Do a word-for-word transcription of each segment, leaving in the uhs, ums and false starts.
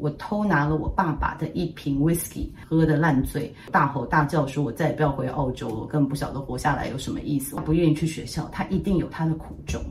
我偷拿了我爸爸的一瓶 whisky 喝得烂醉，大吼大叫说我再也不要回澳洲了，我根本不晓得活下来有什么意思，他不愿意去学校，他一定有他的苦衷。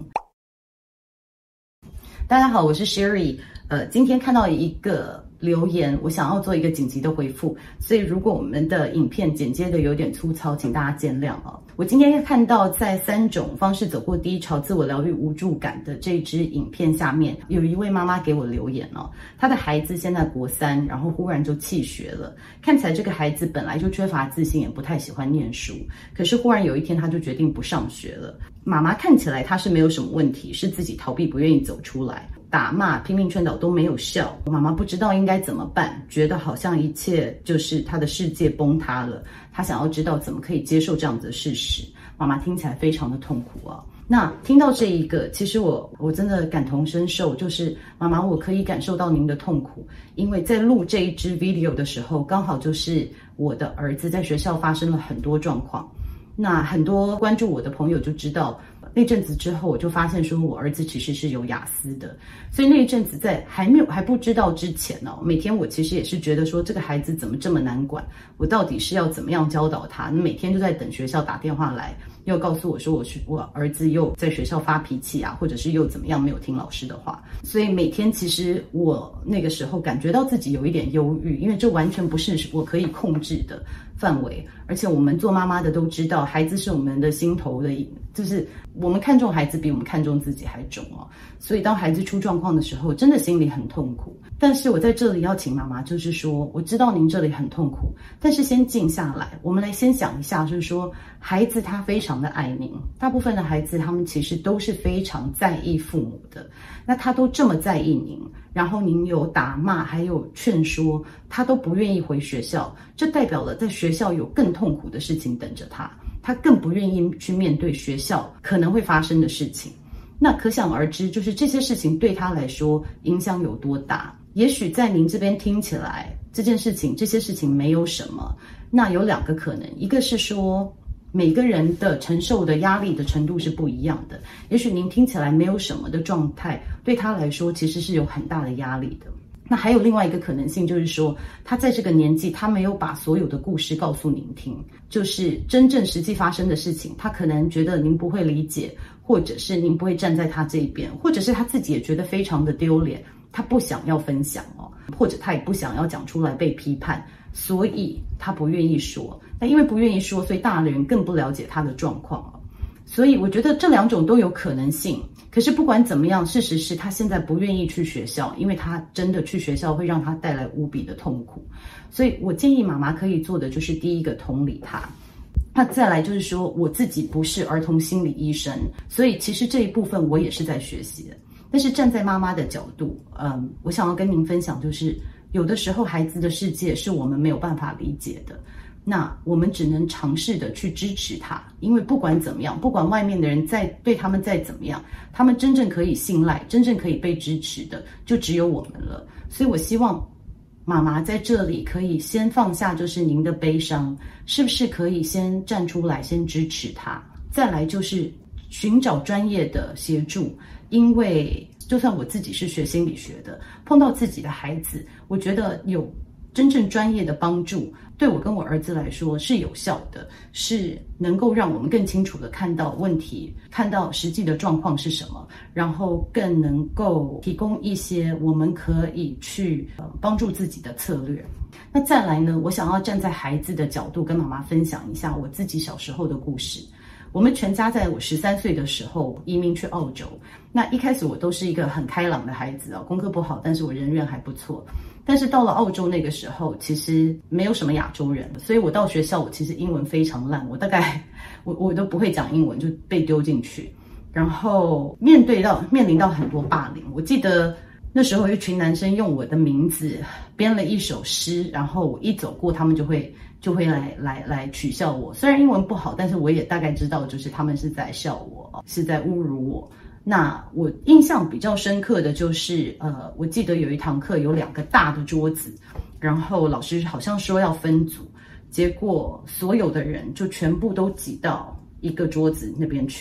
大家好，我是 Sherry， 呃，今天看到一个留言，我想要做一个紧急的回复，所以如果我们的影片剪接的有点粗糙，请大家见谅啊。我今天看到在三种方式走过低潮自我疗愈无助感的这支影片下面，有一位妈妈给我留言哦，她的孩子现在国三，然后忽然就弃学了，看起来这个孩子本来就缺乏自信，也不太喜欢念书，可是忽然有一天他就决定不上学了。妈妈看起来她是没有什么问题，是自己逃避不愿意走出来，打骂拼命劝导都没有效，妈妈不知道应该怎么办，觉得好像一切就是她的世界崩塌了，她想要知道怎么可以接受这样子的事实。妈妈听起来非常的痛苦啊。那听到这一个，其实我我真的感同身受，就是妈妈，我可以感受到您的痛苦，因为在录这一支 video 的时候，刚好就是我的儿子在学校发生了很多状况。那很多关注我的朋友就知道，那阵子之后我就发现说我儿子其实是有雅思的，所以那一阵子在还没有还不知道之前哦，每天我其实也是觉得说这个孩子怎么这么难管，我到底是要怎么样教导他，每天就在等学校打电话来，又告诉我说我是我儿子又在学校发脾气啊，或者是又怎么样没有听老师的话，所以每天其实我那个时候感觉到自己有一点忧郁，因为这完全不是我可以控制的范围，而且我们做妈妈的都知道，孩子是我们的心头的，就是我们看重孩子比我们看重自己还重哦。所以当孩子出状况的时候，真的心里很痛苦。但是我在这里要请妈妈，就是说，我知道您这里很痛苦，但是先静下来，我们来先想一下，就是说，孩子他非常的爱您，大部分的孩子他们其实都是非常在意父母的，那他都这么在意您，然后您有打骂，还有劝说，他都不愿意回学校，这代表了在学校有更痛苦的事情等着他，他更不愿意去面对学校可能会发生的事情。那可想而知，就是这些事情对他来说影响有多大。也许在您这边听起来，这件事情这些事情没有什么，那有两个可能，一个是说每个人的承受的压力的程度是不一样的，也许您听起来没有什么的状态，对他来说其实是有很大的压力的。那还有另外一个可能性，就是说他在这个年纪，他没有把所有的故事告诉您听，就是真正实际发生的事情，他可能觉得您不会理解，或者是您不会站在他这边，或者是他自己也觉得非常的丢脸，他不想要分享哦，或者他也不想要讲出来被批判，所以他不愿意说。那因为不愿意说，所以大人更不了解他的状况哦。所以我觉得这两种都有可能性。可是不管怎么样，事实是他现在不愿意去学校，因为他真的去学校会让他带来无比的痛苦。所以我建议妈妈可以做的就是第一个同理他。那再来就是说，我自己不是儿童心理医生，所以其实这一部分我也是在学习的。但是站在妈妈的角度，嗯，我想要跟您分享，就是有的时候孩子的世界是我们没有办法理解的。那我们只能尝试的去支持他，因为不管怎么样，不管外面的人再对他们再怎么样，他们真正可以信赖，真正可以被支持的，就只有我们了。所以我希望妈妈在这里可以先放下，就是您的悲伤，是不是可以先站出来，先支持他？再来就是寻找专业的协助，因为就算我自己是学心理学的，碰到自己的孩子，我觉得有真正专业的帮助，对我跟我儿子来说是有效的，是能够让我们更清楚的看到问题，看到实际的状况是什么，然后更能够提供一些我们可以去呃帮助自己的策略。那再来呢，我想要站在孩子的角度跟妈妈分享一下我自己小时候的故事。我们全家在我十三岁的时候移民去澳洲。那一开始我都是一个很开朗的孩子啊，功课不好，但是我人缘还不错。但是到了澳洲那个时候，其实没有什么亚洲人，所以我到学校我其实英文非常烂，我大概我我都不会讲英文，就被丢进去，然后面对到面临到很多霸凌。我记得那时候有一群男生用我的名字编了一首诗，然后我一走过，他们就会就会来来来取笑我。虽然英文不好，但是我也大概知道，就是他们是在笑我，是在侮辱我。那我印象比较深刻的就是，呃，我记得有一堂课有两个大的桌子，然后老师好像说要分组，结果所有的人就全部都挤到一个桌子那边去。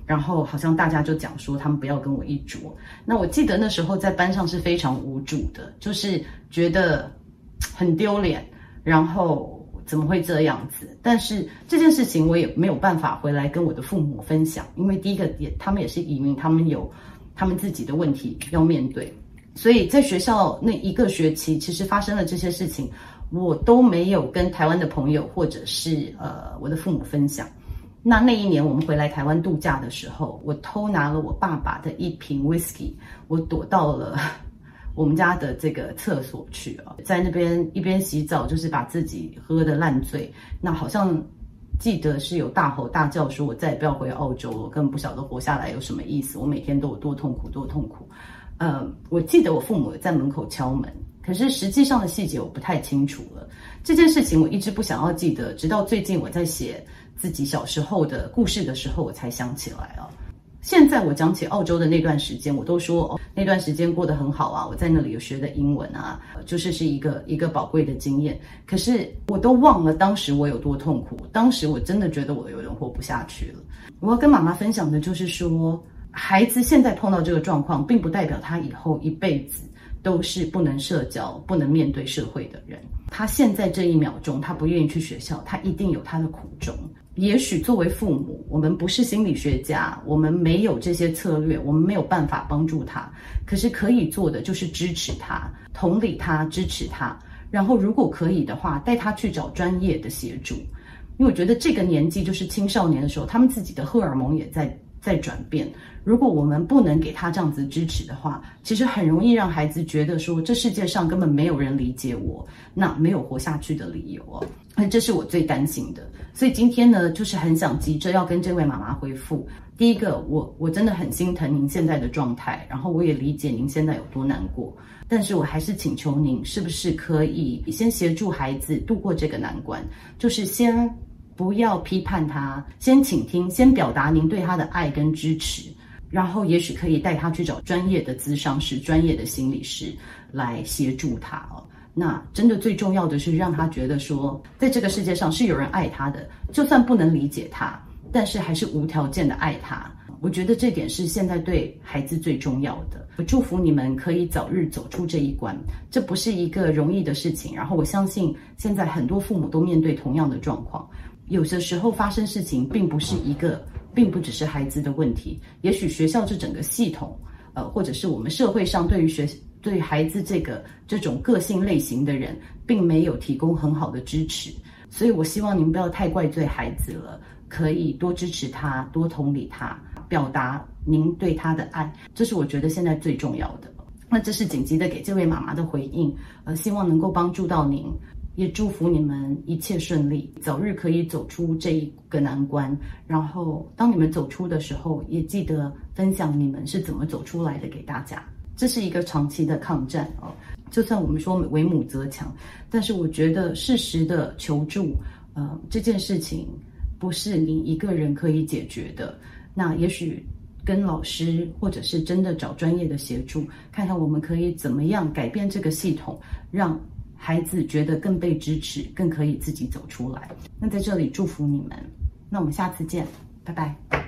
然后好像大家就讲说他们不要跟我一桌。那我记得那时候在班上是非常无助的，就是觉得很丢脸，然后怎么会这样子？但是这件事情我也没有办法回来跟我的父母分享，因为第一个也他们也是移民，他们有他们自己的问题要面对，所以在学校那一个学期，其实发生了这些事情，我都没有跟台湾的朋友或者是呃我的父母分享。那那一年我们回来台湾度假的时候，我偷拿了我爸爸的一瓶 whisky， 我躲到了我们家的这个厕所去啊，在那边一边洗澡，就是把自己喝得烂醉。那好像记得是有大吼大叫说我再也不要回澳洲了，我根本不晓得活下来有什么意思，我每天都有多痛苦多痛苦。呃，我记得我父母在门口敲门，可是实际上的细节我不太清楚了。这件事情我一直不想要记得，直到最近我在写自己小时候的故事的时候，我才想起来啊。现在我讲起澳洲的那段时间，我都说哦，那段时间过得很好啊，我在那里有学的英文啊，就是是一个一个宝贵的经验。可是我都忘了当时我有多痛苦，当时我真的觉得我有点活不下去了。我要跟妈妈分享的就是说，孩子现在碰到这个状况，并不代表他以后一辈子都是不能社交、不能面对社会的人。他现在这一秒钟，他不愿意去学校，他一定有他的苦衷。也许作为父母，我们不是心理学家，我们没有这些策略，我们没有办法帮助他。可是可以做的就是支持他、同理他、支持他，然后如果可以的话，带他去找专业的协助。因为我觉得这个年纪就是青少年的时候，他们自己的荷尔蒙也在在转变。如果我们不能给他这样子支持的话，其实很容易让孩子觉得说，这世界上根本没有人理解我，那没有活下去的理由哦。那这是我最担心的。所以今天呢，就是很想急着要跟这位妈妈回复。第一个，我我真的很心疼您现在的状态，然后我也理解您现在有多难过，但是我还是请求您，是不是可以先协助孩子度过这个难关，就是先不要批判他，先倾听，先表达您对他的爱跟支持，然后也许可以带他去找专业的咨商师、专业的心理师来协助他哦。那真的最重要的是让他觉得说，在这个世界上是有人爱他的，就算不能理解他，但是还是无条件的爱他。我觉得这点是现在对孩子最重要的。我祝福你们可以早日走出这一关，这不是一个容易的事情。然后我相信现在很多父母都面对同样的状况。有的时候发生事情并不是一个，并不只是孩子的问题，也许学校这整个系统，呃，或者是我们社会上对于学对孩子这个这种个性类型的人，并没有提供很好的支持。所以我希望您不要太怪罪孩子了，可以多支持他，多同理他，表达您对他的爱，这是我觉得现在最重要的。那这是紧急的给这位妈妈的回应，呃，希望能够帮助到您。也祝福你们一切顺利，早日可以走出这一个难关。然后当你们走出的时候，也记得分享你们是怎么走出来的给大家。这是一个长期的抗战哦，就算我们说为母则强，但是我觉得适时的求助，呃，这件事情不是你一个人可以解决的。那也许跟老师，或者是真的找专业的协助，看看我们可以怎么样改变这个系统，让孩子觉得更被支持，更可以自己走出来。那在这里祝福你们，那我们下次见，拜拜。